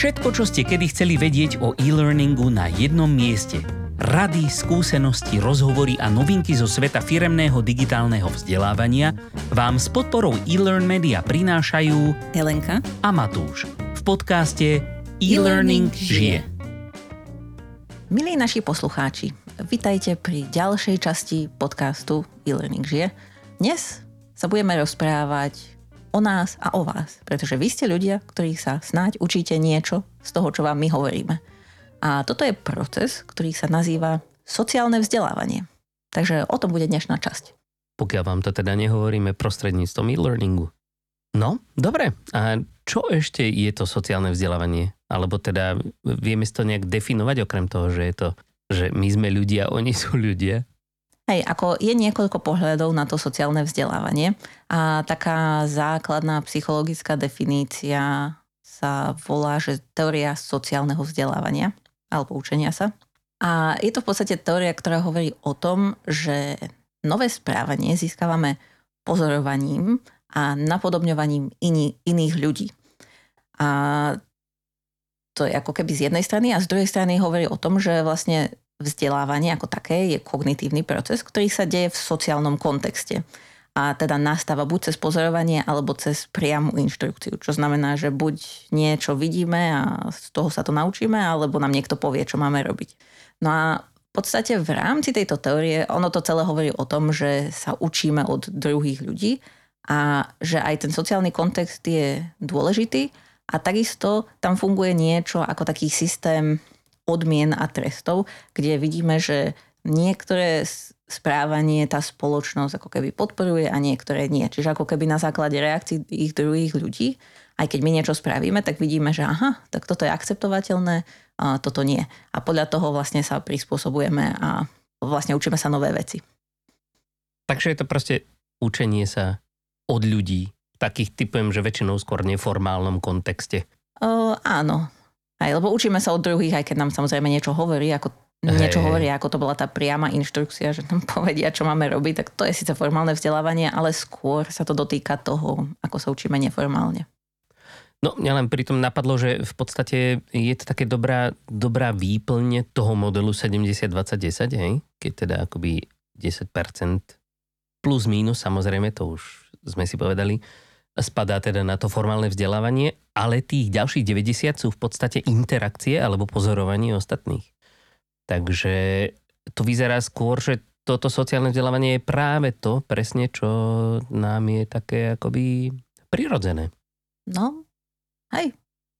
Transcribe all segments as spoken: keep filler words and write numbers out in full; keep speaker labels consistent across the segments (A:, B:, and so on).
A: Všetko, čo ste kedy chceli vedieť o e-learningu na jednom mieste. Rady, skúsenosti, rozhovory a novinky zo sveta firemného digitálneho vzdelávania vám s podporou eLearn Media prinášajú
B: Helenka
A: a Matúš v podcaste E-Learning žije.
B: Milí naši poslucháči, vitajte pri ďalšej časti podcastu E-Learning žije. Dnes sa budeme rozprávať o nás a o vás, pretože vy ste ľudia, ktorí sa snáď učíte niečo z toho, čo vám my hovoríme. A toto je proces, ktorý sa nazýva sociálne vzdelávanie. Takže o tom bude dnešná časť.
C: Pokiaľ vám to teda nehovoríme prostredníctvom e-learningu. No, dobre. A čo ešte je to sociálne vzdelávanie? Alebo teda vieme si to nejak definovať okrem toho, že je to, že my sme ľudia, oni sú ľudia?
B: Hej, ako je niekoľko pohľadov na to sociálne vzdelávanie a taká základná psychologická definícia sa volá, že teória sociálneho vzdelávania alebo učenia sa. A je to v podstate teória, ktorá hovorí o tom, že nové správanie získavame pozorovaním a napodobňovaním iní, iných ľudí. A to je ako keby z jednej strany a z druhej strany hovorí o tom, že vlastne vzdelávanie ako také je kognitívny proces, ktorý sa deje v sociálnom kontexte. A teda nastáva buď cez pozorovanie, alebo cez priamu inštrukciu. Čo znamená, že buď niečo vidíme a z toho sa to naučíme, alebo nám niekto povie, čo máme robiť. No a v podstate v rámci tejto teórie, ono to celé hovorí o tom, že sa učíme od druhých ľudí a že aj ten sociálny kontext je dôležitý a takisto tam funguje niečo ako taký systém odmien a trestov, kde vidíme, že niektoré správanie tá spoločnosť ako keby podporuje a niektoré nie. Čiže ako keby na základe reakcií ich druhých ľudí, aj keď my niečo spravíme, tak vidíme, že aha, tak toto je akceptovateľné, a toto nie. A podľa toho vlastne sa prispôsobujeme a vlastne učíme sa nové veci.
C: Takže je to proste učenie sa od ľudí. Takých typujem, že väčšinou skôr neformálnom kontexte.
B: Uh, áno. Aj, lebo učíme sa od druhých, aj keď nám samozrejme niečo hovorí, ako niečo hey, hovorí, ako to bola tá priama inštrukcia, že nám povedia, čo máme robiť, tak to je síce formálne vzdelávanie, ale skôr sa to dotýka toho, ako sa učíme neformálne.
C: No, mňa len pri tom napadlo, že v podstate je to také dobrá, dobrá výplň toho modelu sedemdesiat dvadsať desať, hej? Keď teda akoby desať percent plus mínus, samozrejme, to už sme si povedali, spadá teda na to formálne vzdelávanie, ale tých ďalších deväťdesiat sú v podstate interakcie alebo pozorovanie ostatných. Takže to vyzerá skôr, že toto sociálne vzdelávanie je práve to presne, čo nám je také akoby prirodzené.
B: No, hej.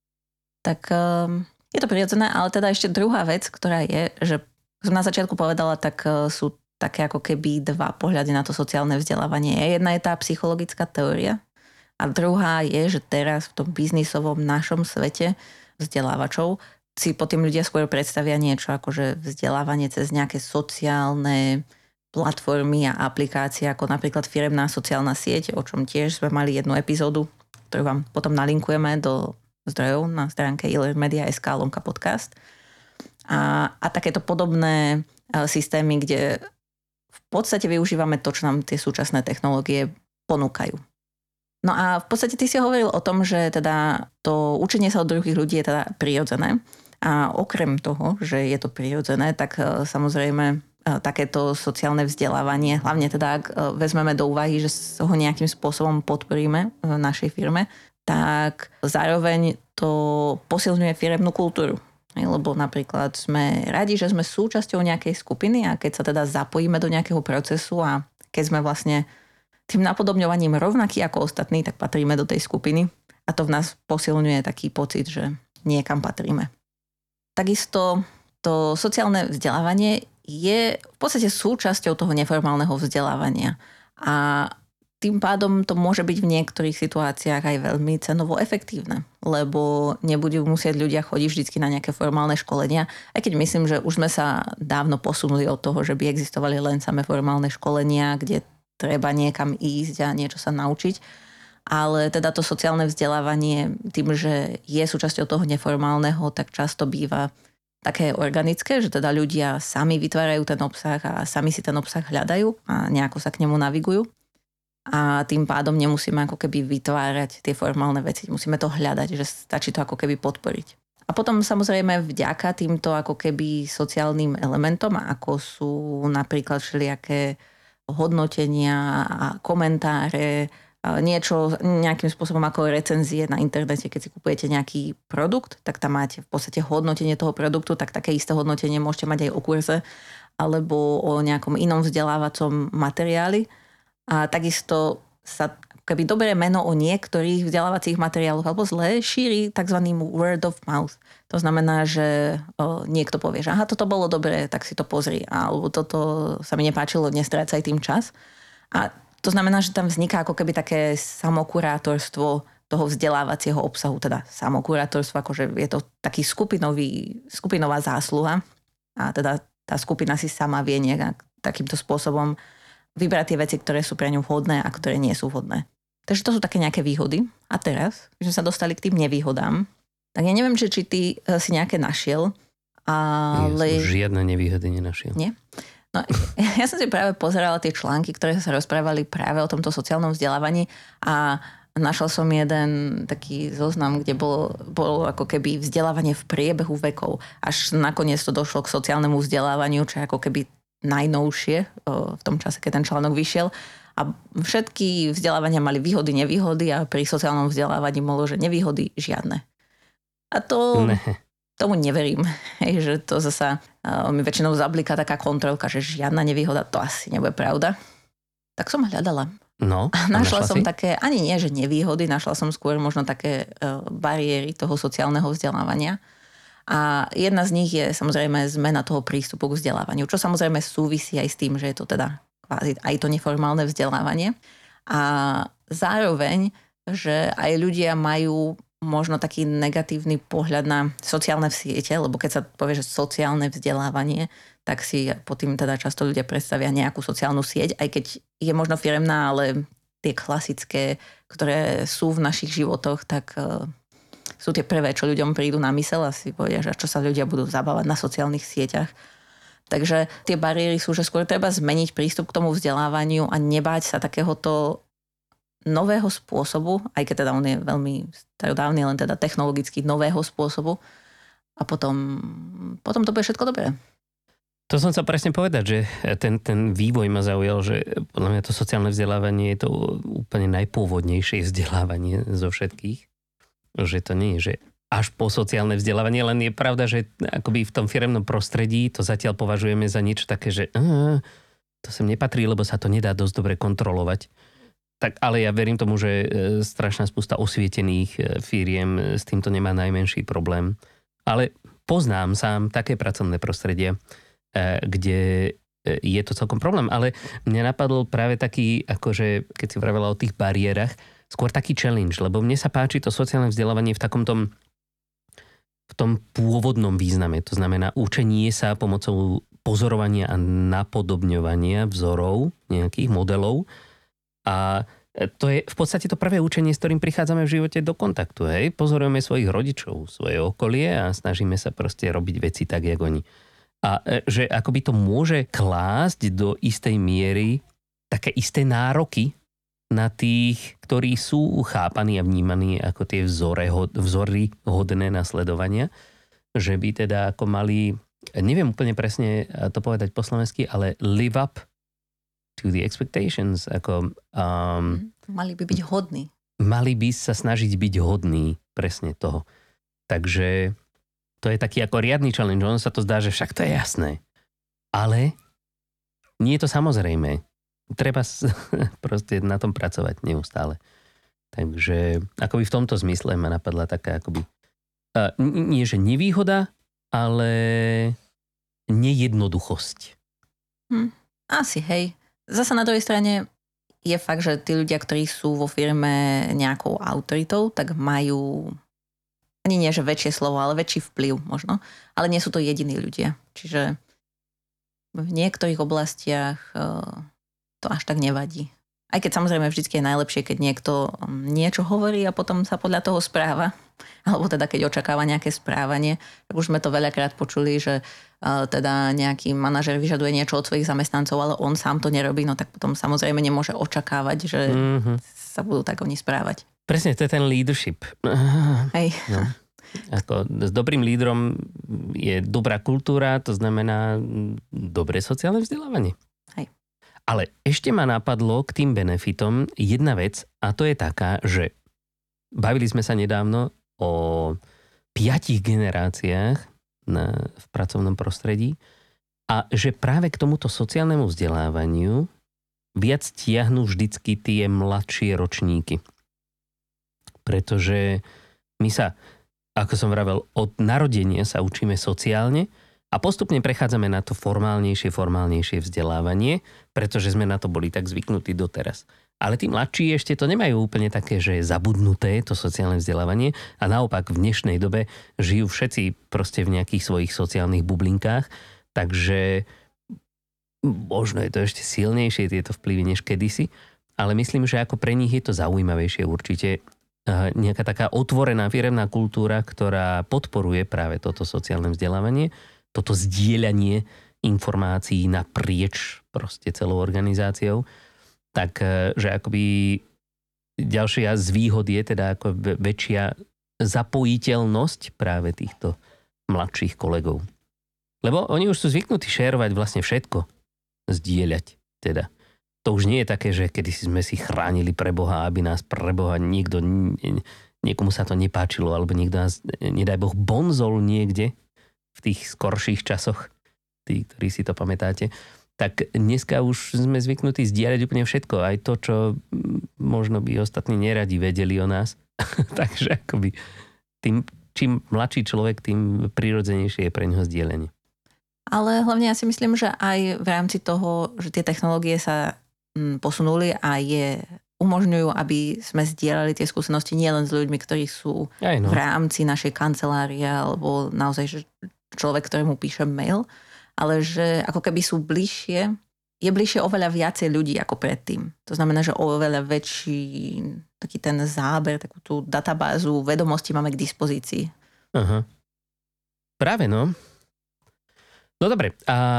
B: Tak um, je to prirodzené, ale teda ešte druhá vec, ktorá je, že som na začiatku povedala, tak uh, sú také ako keby dva pohľady na to sociálne vzdelávanie. Jedna je tá psychologická teória, a druhá je, že teraz v tom biznisovom našom svete vzdelávačov si po tým ľudia skôr predstavia niečo ako že vzdelávanie cez nejaké sociálne platformy a aplikácie, ako napríklad firemná sociálna sieť, o čom tiež sme mali jednu epizódu, ktorú vám potom nalinkujeme do zdrojov na stránke eLearn Media bodka es ká lomka podcast. A, a takéto podobné systémy, kde v podstate využívame to, čo nám tie súčasné technológie ponúkajú. No a v podstate ty si hovoril o tom, že teda to učenie sa od druhých ľudí je teda prirodzené. A okrem toho, že je to prirodzené, tak samozrejme takéto sociálne vzdelávanie, hlavne teda ak vezmeme do úvahy, že ho nejakým spôsobom podporíme v našej firme, tak zároveň to posilňuje firemnú kultúru. Lebo napríklad sme radi, že sme súčasťou nejakej skupiny a keď sa teda zapojíme do nejakého procesu a keď sme vlastne tým napodobňovaním rovnaký ako ostatní, tak patríme do tej skupiny a to v nás posilňuje taký pocit, že niekam patríme. Takisto to sociálne vzdelávanie je v podstate súčasťou toho neformálneho vzdelávania a tým pádom to môže byť v niektorých situáciách aj veľmi cenovo efektívne, lebo nebudú musieť ľudia chodiť vždy na nejaké formálne školenia, aj keď myslím, že už sme sa dávno posunuli od toho, že by existovali len samé formálne školenia, kde treba niekam ísť a niečo sa naučiť. Ale teda to sociálne vzdelávanie tým, že je súčasťou toho neformálneho, tak často býva také organické, že teda ľudia sami vytvárajú ten obsah a sami si ten obsah hľadajú a nejako sa k nemu navigujú. A tým pádom nemusíme ako keby vytvárať tie formálne veci. Musíme to hľadať, že stačí to ako keby podporiť. A potom samozrejme vďaka týmto ako keby sociálnym elementom, ako sú napríklad všelijaké hodnotenia a komentáre, niečo nejakým spôsobom ako recenzie na internete, keď si kupujete nejaký produkt, tak tam máte v podstate hodnotenie toho produktu, tak také isté hodnotenie môžete mať aj o kurze alebo o nejakom inom vzdelávacom materiáli. A takisto sa keby dobré meno o niektorých vzdelávacích materiáloch alebo zlé šíri tzv. Word of mouth. To znamená, že o, niekto povie, že aha, toto bolo dobré, tak si to pozri. Alebo toto sa mi nepáčilo, nestrácaj tým čas. A to znamená, že tam vzniká ako keby také samokurátorstvo toho vzdelávacieho obsahu. Teda samokurátorstvo, akože je to taký skupinový, skupinová zásluha. A teda tá skupina si sama vie nejak takýmto spôsobom vybrať tie veci, ktoré sú pre ňu vhodné a ktoré nie sú vhodné. Takže to sú také nejaké výhody. A teraz, keď sme sa dostali k tým nevýhodám, tak ja neviem, či, či ty si nejaké našiel, ale...
C: Ja som žiadne nevýhody nenašiel.
B: Nie? No, ja som si práve pozerala tie články, ktoré sa rozprávali práve o tomto sociálnom vzdelávaní a našla som jeden taký zoznam, kde bolo, bolo ako keby vzdelávanie v priebehu vekov. Až nakoniec to došlo k sociálnemu vzdelávaniu, čo je ako keby najnovšie v tom čase, keď ten článok vyšiel. A všetky vzdelávania mali výhody, nevýhody a pri sociálnom vzdelávaní bolo, že nevýhody žiadne. A to ne. Tomu neverím. Hej, že to zasa uh, mi väčšinou zabliká taká kontrolka, že žiadna nevýhoda, to asi nebude pravda. Tak som hľadala.
C: No,
B: a našla, našla som
C: si?
B: také, ani nie, že nevýhody, našla som skôr možno také uh, bariéry toho sociálneho vzdelávania. A jedna z nich je samozrejme zmena toho prístupu k vzdelávaniu, čo samozrejme súvisí aj s tým, že je to teda kvázi aj to neformálne vzdelávanie. A zároveň, že aj ľudia majú možno taký negatívny pohľad na sociálne siete, lebo keď sa povie, že sociálne vzdelávanie, tak si po tým teda často ľudia predstavia nejakú sociálnu sieť, aj keď je možno firemná, ale tie klasické, ktoré sú v našich životoch, tak uh, sú tie prvé, čo ľuďom prídu na mysel a si povedia, že čo sa ľudia budú zabávať na sociálnych sieťach. Takže tie bariéry sú, že skôr treba zmeniť prístup k tomu vzdelávaniu a nebáť sa takéhoto nového spôsobu, aj keď teda on je veľmi starodávny, len teda technologicky nového spôsobu a potom, potom to bude všetko dobré.
C: To som sa presne povedať, že ten, ten vývoj ma zaujal, že podľa mňa to sociálne vzdelávanie je to úplne najpôvodnejšie vzdelávanie zo všetkých. Že to nie je, že až po sociálne vzdelávanie, len je pravda, že akoby v tom firemnom prostredí to zatiaľ považujeme za niečo také, že uh, to sem nepatrí, lebo sa to nedá dosť dobre kontrolovať. Tak, ale ja verím tomu, že strašná spústa osvietených firiem s týmto nemá najmenší problém. Ale poznám sám také pracovné prostredie, kde je to celkom problém. Ale mne napadol práve taký, akože keď si vravela o tých bariérach, skôr taký challenge, lebo mne sa páči to sociálne vzdelávanie v takom tom v tom pôvodnom význame. To znamená učenie sa pomocou pozorovania a napodobňovania vzorov, nejakých modelov. A to je v podstate to prvé učenie, s ktorým prichádzame v živote do kontaktu. Hej? Pozorujeme svojich rodičov, svoje okolie a snažíme sa proste robiť veci tak, jak oni. A že akoby to môže klásť do istej miery také isté nároky na tých, ktorí sú chápaní a vnímaní ako tie vzore, vzory hodné nasledovania, že by teda ako mali, neviem úplne presne to povedať po slovensky, ale live up to the expectations. Ako, um,
B: mali by byť hodní.
C: Mali by sa snažiť byť hodní presne toho. Takže to je taký ako riadny challenge. Ono sa to zdá, že však to je jasné. Ale nie je to samozrejme. Treba proste na tom pracovať neustále. Takže akoby v tomto zmysle ma napadla taká akoby uh, nie že nevýhoda, ale nejednoduchosť.
B: Hm, asi, hej. Zasa na druhej strane je fakt, že tí ľudia, ktorí sú vo firme nejakou autoritou, tak majú ani nie, že väčšie slovo, ale väčší vplyv možno. Ale nie sú to jediní ľudia. Čiže v niektorých oblastiach uh, to až tak nevadí. Aj keď samozrejme vždy je najlepšie, keď niekto niečo hovorí a potom sa podľa toho správa. Alebo teda keď očakáva nejaké správanie. Tak už sme to veľakrát počuli, že uh, teda nejaký manažer vyžaduje niečo od svojich zamestnancov, ale on sám to nerobí, no tak potom samozrejme nemôže očakávať, že mm-hmm. sa budú tak oni správať.
C: Presne, to je ten leadership.
B: Hej. No.
C: Ako, s dobrým lídrom je dobrá kultúra, to znamená dobré sociálne vzdelávanie.
B: Hej.
C: Ale ešte ma napadlo k tým benefitom jedna vec a to je taká, že bavili sme sa nedávno o piatich generáciách na, v pracovnom prostredí a že práve k tomuto sociálnemu vzdelávaniu viac tiahnu vždycky tie mladšie ročníky. Pretože my sa, ako som vravel, od narodenia sa učíme sociálne a postupne prechádzame na to formálnejšie, formálnejšie vzdelávanie, pretože sme na to boli tak zvyknutí doteraz. Ale tí mladší ešte to nemajú úplne také, že je zabudnuté to sociálne vzdelávanie a naopak v dnešnej dobe žijú všetci proste v nejakých svojich sociálnych bublinkách, takže možno je to ešte silnejšie tieto vplyvy než kedysi, ale myslím, že ako pre nich je to zaujímavejšie určite nejaká taká otvorená firemná kultúra, ktorá podporuje práve toto sociálne vzdelávanie, toto zdieľanie informácií naprieč proste celou organizáciou. Takže akoby ďalšia z výhod je teda ako väčšia zapojiteľnosť práve týchto mladších kolegov. Lebo oni už sú zvyknutí šerovať vlastne všetko. Zdieľať teda. To už nie je také, že kedysi sme si chránili pre Boha, aby nás pre Boha niekto, niekomu sa to nepáčilo, alebo niekto nás, nedaj Boh, bonzol niekde v tých skorších časoch, tí, ktorí si to pamätáte. Tak dneska už sme zvyknutí zdieľať úplne všetko, aj to, čo možno by ostatní neradi vedeli o nás. Takže akoby tým, čím mladší človek, tým prirodzenejšie je pre neho zdieľanie.
B: Ale hlavne ja si myslím, že aj v rámci toho, že tie technológie sa posunuli a je, umožňujú, aby sme zdieľali tie skúsenosti nielen s ľuďmi, ktorí sú no. v rámci našej kancelárie alebo naozaj že človek, ktorému píše mail, ale že ako keby sú bližšie, je bližšie oveľa viacej ľudí ako predtým. To znamená, že oveľa väčší taký ten záber, takú tú databázu vedomostí máme k dispozícii.
C: Aha. Práve no. No dobre, a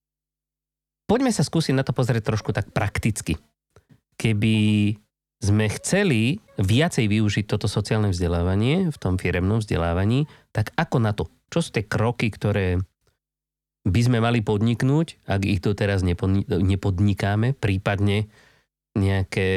C: poďme sa skúsiť na to pozrieť trošku tak prakticky. Keby sme chceli viacej využiť toto sociálne vzdelávanie v tom firemnom vzdelávaní, tak ako na to? Čo sú tie kroky, ktoré by sme mali podniknúť, ak ich doteraz nepodnikáme, prípadne nejaké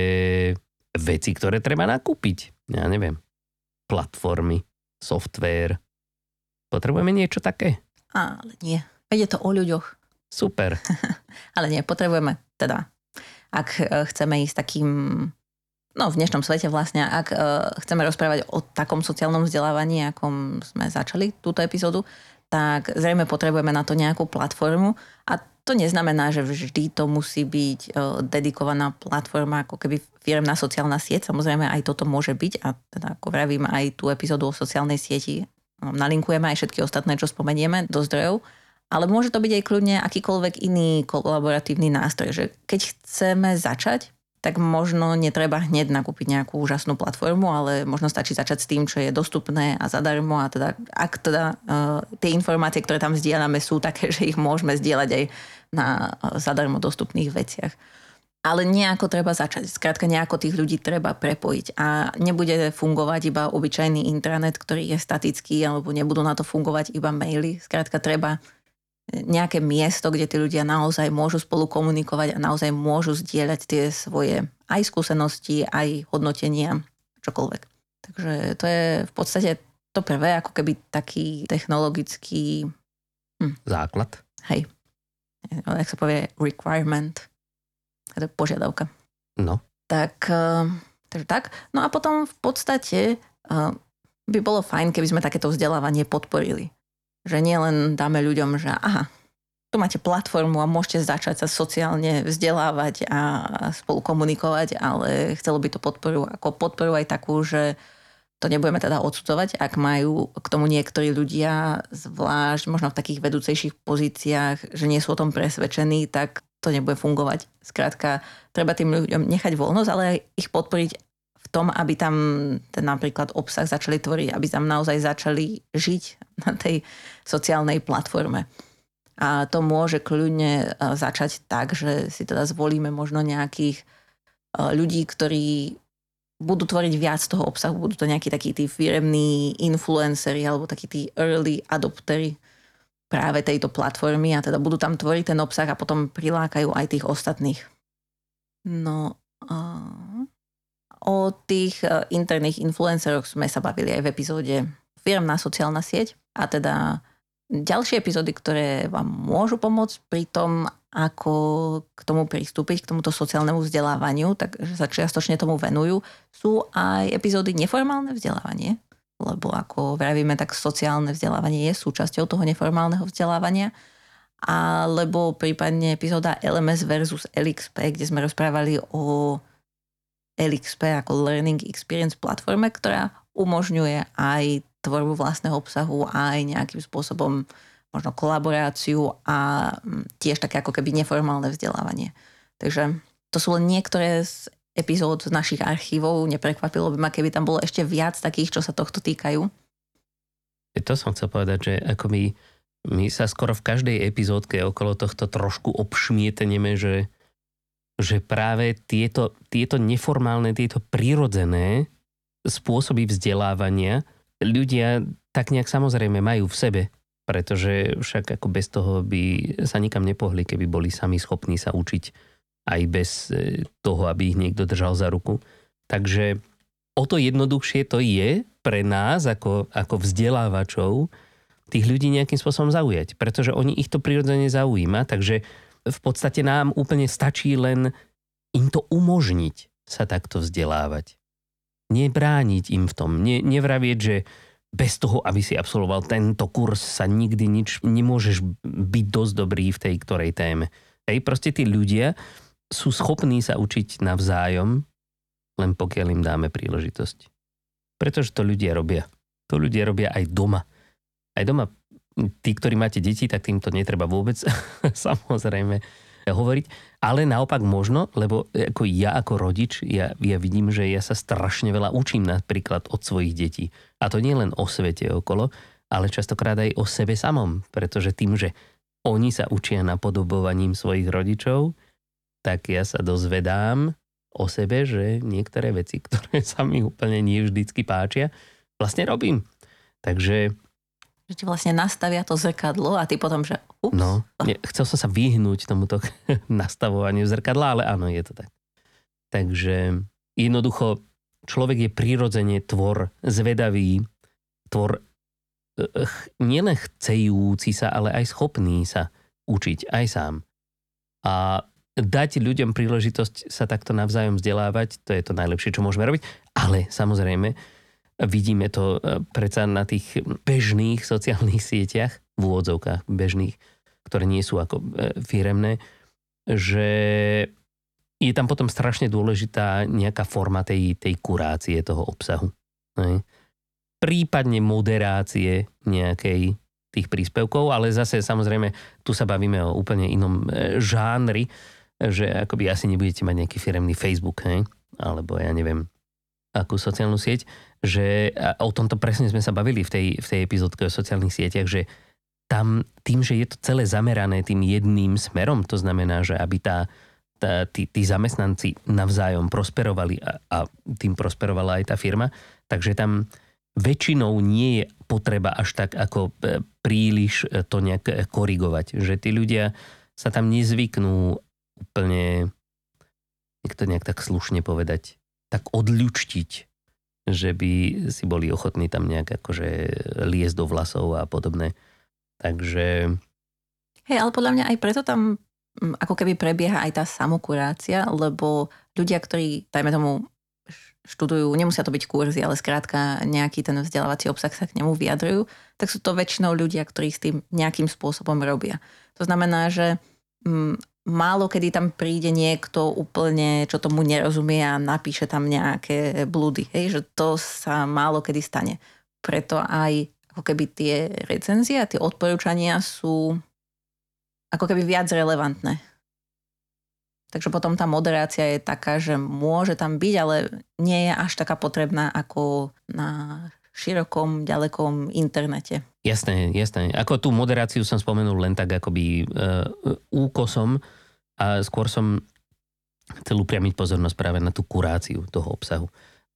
C: veci, ktoré treba nakúpiť? Ja neviem, platformy, software. Potrebujeme niečo také?
B: Ale nie. Veď je to o ľuďoch.
C: Super.
B: Ale nie, potrebujeme teda, ak chceme ísť takým, no v dnešnom svete vlastne, ak chceme rozprávať o takom sociálnom vzdelávaní, akom sme začali túto epizódu, tak zrejme potrebujeme na to nejakú platformu a to neznamená, že vždy to musí byť dedikovaná platforma, ako keby firemná sociálna sieť. Samozrejme aj toto môže byť a teda ako vravím aj tú epizódu o sociálnej sieti nalinkujeme aj všetky ostatné, čo spomenieme do zdrojov, ale môže to byť aj kľudne akýkoľvek iný kolaboratívny nástroj, že keď chceme začať, tak možno netreba hneď nakúpiť nejakú úžasnú platformu, ale možno stačí začať s tým, čo je dostupné a zadarmo a teda, ak teda uh, tie informácie, ktoré tam zdieľame, sú také, že ich môžeme zdieľať aj na uh, zadarmo dostupných veciach. Ale nejako treba začať. Skrátka nejako tých ľudí treba prepojiť. A nebude fungovať iba obyčajný intranet, ktorý je statický, alebo nebudú na to fungovať iba maily. Skrátka treba nejaké miesto, kde tí ľudia naozaj môžu spolu komunikovať a naozaj môžu zdieľať tie svoje aj skúsenosti, aj hodnotenia, čokoľvek. Takže to je v podstate to prvé, ako keby taký technologický... Hm.
C: Základ.
B: Hej. Jak sa povie requirement. To je požiadavka.
C: No.
B: Tak, takže tak. No a potom v podstate by bolo fajn, keby sme takéto vzdelávanie podporili. Že nie len dáme ľuďom, že aha, tu máte platformu a môžete začať sa sociálne vzdelávať a spolu komunikovať, ale chcelo by to podporu, ako podporu aj takú, že to nebudeme teda odsudzovať, ak majú k tomu niektorí ľudia, zvlášť možno v takých vedúcejších pozíciách, že nie sú o tom presvedčení, tak to nebude fungovať. Skrátka, treba tým ľuďom nechať voľnosť, ale ich podporiť v tom, aby tam ten napríklad obsah začali tvoriť, aby tam naozaj začali žiť na tej sociálnej platforme. A to môže kľudne začať tak, že si teda zvolíme možno nejakých ľudí, ktorí budú tvoriť viac toho obsahu, budú to nejakí takí tí firemní influenceri alebo takí tí early adoptery práve tejto platformy a teda budú tam tvoriť ten obsah a potom prilákajú aj tých ostatných. No uh, o tých uh, interných influenceroch sme sa bavili aj v epizóde Firemná sociálna sieť a teda ďalšie epizódy, ktoré vám môžu pomôcť pri tom, ako k tomu pristúpiť, k tomuto sociálnemu vzdelávaniu, takže sa čiastočne tomu venujú, sú aj epizódy neformálne vzdelávanie, lebo ako vravíme, tak sociálne vzdelávanie je súčasťou toho neformálneho vzdelávania, alebo prípadne epizóda el em es versus el iks pé, kde sme rozprávali o el iks pé ako Learning Experience platforme, ktorá umožňuje aj tvorbu vlastného obsahu a aj nejakým spôsobom možno kolaboráciu a tiež také ako keby neformálne vzdelávanie. Takže to sú len niektoré z epizód z našich archívov. Neprekvapilo by ma, keby tam bolo ešte viac takých, čo sa tohto týkajú.
C: To som chcel povedať, že ako my, my sa skoro v každej epizódke okolo tohto trošku obšmieteneme, že, že práve tieto, tieto neformálne, tieto prirodzené spôsoby vzdelávania ľudia tak nejak samozrejme majú v sebe, pretože však ako bez toho by sa nikam nepohli, keby boli sami schopní sa učiť aj bez toho, aby ich niekto držal za ruku. Takže o to jednoduchšie to je pre nás ako, ako vzdelávačov tých ľudí nejakým spôsobom zaujať, pretože oni ich to prirodzene zaujíma, takže v podstate nám úplne stačí len im to umožniť sa takto vzdelávať. Nebrániť im v tom, ne, nevravieť, že bez toho, aby si absolvoval tento kurz, sa nikdy nič, nemôžeš byť dosť dobrý v tej ktorej téme. Hej, proste tí ľudia sú schopní sa učiť navzájom, len pokiaľ im dáme príležitosť. Pretože to ľudia robia. To ľudia robia aj doma. Aj doma, tí, ktorí máte deti, tak týmto netreba vôbec samozrejme hovoriť, ale naopak možno, lebo ako ja ako rodič, ja, ja vidím, že ja sa strašne veľa učím napríklad od svojich detí. A to nie len o svete okolo, ale častokrát aj o sebe samom, pretože tým, že oni sa učia napodobovaním svojich rodičov, tak ja sa dozvedám o sebe, že niektoré veci, ktoré sa mi úplne nie vždycky páčia, vlastne robím. Takže
B: že ti vlastne nastavia to zrkadlo a ty potom, že ups.
C: No, nie, chcel som sa vyhnúť tomuto nastavovaniu zrkadla, ale áno, je to tak. Takže jednoducho človek je prirodzene tvor zvedavý, tvor nielen chcejúci sa, ale aj schopný sa učiť aj sám. A dať ľuďom príležitosť sa takto navzájom vzdelávať, to je to najlepšie, čo môžeme robiť. Ale samozrejme, vidíme to predsa na tých bežných sociálnych sieťach, v úvodzovkách bežných, ktoré nie sú ako firemné, že je tam potom strašne dôležitá nejaká forma tej, tej kurácie toho obsahu. Hej. Prípadne moderácie nejakej tých príspevkov, ale zase samozrejme tu sa bavíme o úplne inom žánri, že akoby asi nebudete mať nejaký firemný Facebook, hej? Alebo ja neviem, akú sociálnu sieť, že o tomto presne sme sa bavili v tej, v tej epizódke o sociálnych sieťach, že tam tým, že je to celé zamerané tým jedným smerom, to znamená, že aby tá, tá, tí, tí zamestnanci navzájom prosperovali a, a tým prosperovala aj tá firma, takže tam väčšinou nie je potreba až tak ako príliš to nejak korigovať, že tí ľudia sa tam nezvyknú úplne, jak to nejak tak slušne povedať, tak odľučtiť, že by si boli ochotní tam nejak akože liesť do vlasov a podobné. Takže...
B: Hej, ale podľa mňa aj preto tam ako keby prebieha aj tá samokurácia, lebo ľudia, ktorí, dajme tomu, študujú, nemusia to byť kurzy, ale skrátka nejaký ten vzdelávací obsah sa k nemu vyjadrujú, tak sú to väčšinou ľudia, ktorí s tým nejakým spôsobom robia. To znamená, že mm, málo kedy tam príde niekto úplne, čo tomu nerozumie a napíše tam nejaké blúdy. Hej? Že to sa málo kedy stane. Preto aj ako keby tie recenzie a tie odporúčania sú ako keby viac relevantné. Takže potom tá moderácia je taká, že môže tam byť, ale nie je až taká potrebná ako na širokom, ďalekom internete.
C: Jasné, jasné. Ako tú moderáciu som spomenul len tak akoby uh, úkosom a skôr som chcel upriamiť pozornosť práve na tú kuráciu toho obsahu.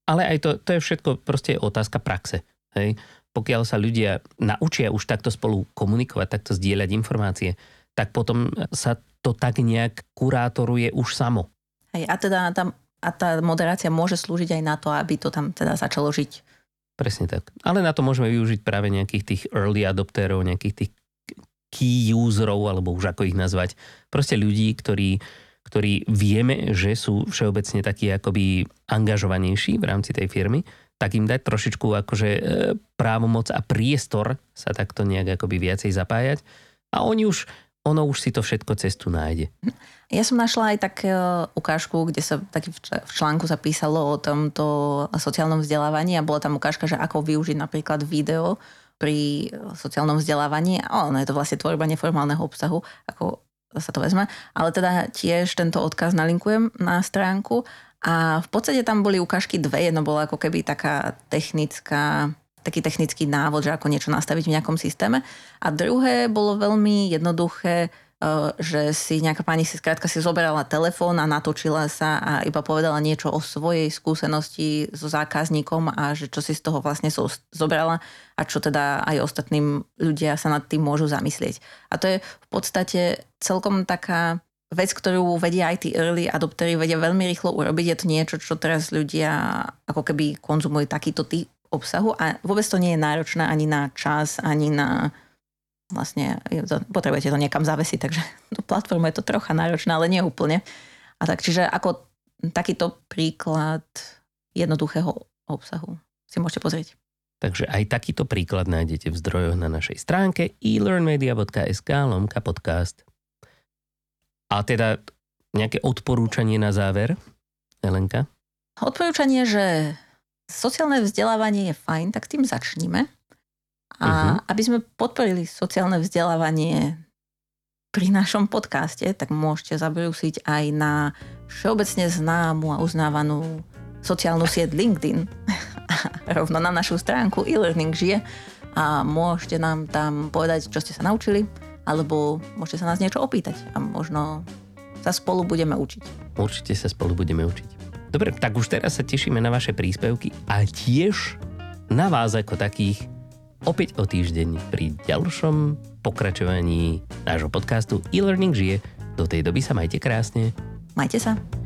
C: Ale aj to, to je všetko proste otázka praxe. Hej? Pokiaľ sa ľudia naučia už takto spolu komunikovať, takto zdieľať informácie, tak potom sa to tak nejak kurátoruje už samo.
B: Hej, a teda tam, a tá moderácia môže slúžiť aj na to, aby to tam teda začalo žiť.
C: Presne tak. Ale na to môžeme využiť práve nejakých tých early adopterov, nejakých tých key userov, alebo už ako ich nazvať. Proste ľudí, ktorí, ktorí vieme, že sú všeobecne takí akoby angažovanejší v rámci tej firmy, tak im dať trošičku akože právomoc a priestor sa takto nejak akoby viacej zapájať. A oni už ono už si to všetko cestu nájde.
B: Ja som našla aj tak ukážku, kde sa taký v článku sa písalo o tomto sociálnom vzdelávaní a bola tam ukážka, že ako využiť napríklad video pri sociálnom vzdelávaní. A ono je to vlastne tvorba neformálneho obsahu, ako sa to vezme. Ale teda tiež tento odkaz nalinkujem na stránku a v podstate tam boli ukážky dve. Jedno bola ako keby taká technická taký technický návod, že ako niečo nastaviť v nejakom systéme. A druhé bolo veľmi jednoduché, že si nejaká pani si skrátka si zoberala telefón a natočila sa a iba povedala niečo o svojej skúsenosti so zákazníkom a že čo si z toho vlastne zobrala a čo teda aj ostatným ľudia sa nad tým môžu zamyslieť. A to je v podstate celkom taká vec, ktorú vedia aj tí early adoptery, vedia veľmi rýchlo urobiť. Je to niečo, čo teraz ľudia ako keby konzumujú takýto typ obsahu a vôbec to nie je náročné ani na čas, ani na vlastne, potrebujete to niekam zavesiť, takže do platformy je to trocha náročné, ale nie úplne. A tak, čiže ako takýto príklad jednoduchého obsahu si môžete pozrieť.
C: Takže aj takýto príklad nájdete v zdrojoch na našej stránke e learn media bodka es ká lomka podcast. A teda nejaké odporúčanie na záver, Helenka? Odporúčanie,
B: že sociálne vzdelávanie je fajn, tak tým začníme. A uh-huh. aby sme podporili sociálne vzdelávanie pri našom podcaste, tak môžete zabrúsiť aj na všeobecne známu a uznávanú sociálnu sieť LinkedIn. Rovno na našu stránku e-learning žije a môžete nám tam povedať, čo ste sa naučili, alebo môžete sa nás niečo opýtať a možno sa spolu budeme učiť.
C: Určite sa spolu budeme učiť. Dobre, tak už teraz sa tešíme na vaše príspevky a tiež na vás ako takých opäť o týždeň pri ďalšom pokračovaní nášho podcastu e-learning žije. Do tej doby sa majte krásne.
B: Majte sa.